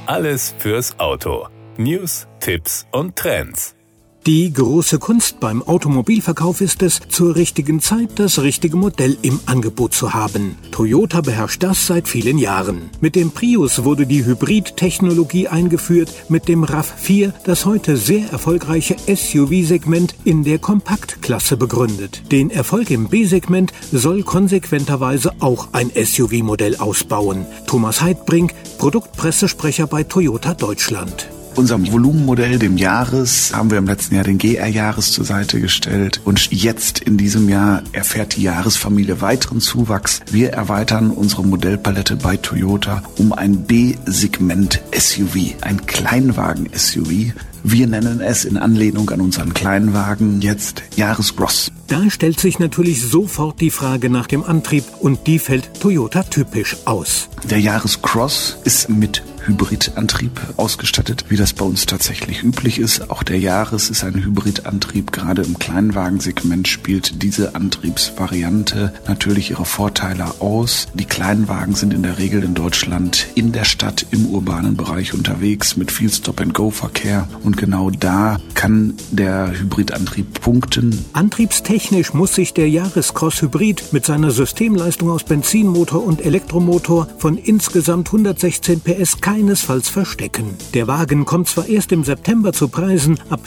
Alles fürs Auto. News, Tipps und Trends. Die große Kunst beim Automobilverkauf ist es, zur richtigen Zeit das richtige Modell im Angebot zu haben. Toyota beherrscht das seit vielen Jahren. Mit dem Prius wurde die Hybrid-Technologie eingeführt, mit dem RAV4 das heute sehr erfolgreiche SUV-Segment in der Kompaktklasse begründet. Den Erfolg im B-Segment soll konsequenterweise auch ein SUV-Modell ausbauen. Thomas Heidbrink, Produktpressesprecher bei Toyota Deutschland. Unserem Volumenmodell, dem Jahres, haben wir im letzten Jahr den GR-Jahres zur Seite gestellt. Und jetzt in diesem Jahr erfährt die Jahresfamilie weiteren Zuwachs. Wir erweitern unsere Modellpalette bei Toyota um ein B-Segment-SUV, ein Kleinwagen-SUV. Wir nennen es in Anlehnung an unseren Kleinwagen jetzt Jahrescross. Da stellt sich natürlich sofort die Frage nach dem Antrieb und die fällt Toyota typisch aus. Der Jahrescross ist mit Hybridantrieb ausgestattet, wie das bei uns tatsächlich üblich ist. Auch der Jahres ist ein Hybridantrieb. Gerade im Kleinwagensegment spielt diese Antriebsvariante natürlich ihre Vorteile aus. Die Kleinwagen sind in der Regel in Deutschland in der Stadt, im urbanen Bereich unterwegs mit viel Stop-and-Go-Verkehr. Und genau da kann der Hybridantrieb punkten. Antriebstechnisch muss sich der Jahrescross Hybrid mit seiner Systemleistung aus Benzinmotor und Elektromotor von insgesamt 116 PS keinesfalls verstecken. Der Wagen kommt zwar erst im September zu Preisen ab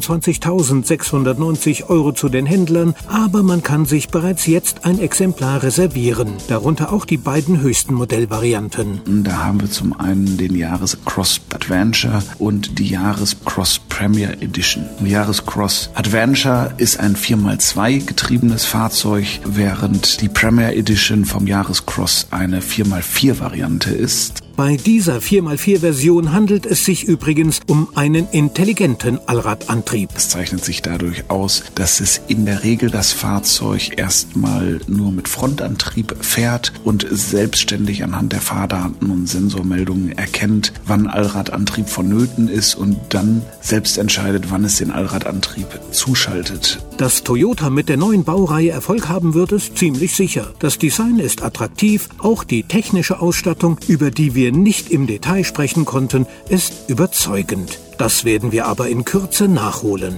22.690 € zu den Händlern, aber man kann sich bereits jetzt ein Exemplar reservieren. Darunter auch die beiden höchsten Modellvarianten. Da haben wir zum einen den Jahrescross Adventure und die Jahrescross Premier Edition. Die Jahrescross Adventure ist ein 4x2 getriebenes Fahrzeug, während die Premier Edition vom Jahrescross eine 4x4 Variante ist. Bei dieser 4x4-Version handelt es sich übrigens um einen intelligenten Allradantrieb. Es zeichnet sich dadurch aus, dass es in der Regel das Fahrzeug erstmal nur mit Frontantrieb fährt und selbstständig anhand der Fahrdaten und Sensormeldungen erkennt, wann Allradantrieb vonnöten ist und dann selbst entscheidet, wann es den Allradantrieb zuschaltet. Dass Toyota mit der neuen Baureihe Erfolg haben wird, ist ziemlich sicher. Das Design ist attraktiv, auch die technische Ausstattung, über die wir nicht im Detail sprechen konnten, ist überzeugend. Das werden wir aber in Kürze nachholen.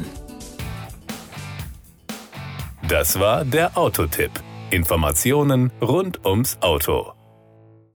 Das war der Autotipp. Informationen rund ums Auto.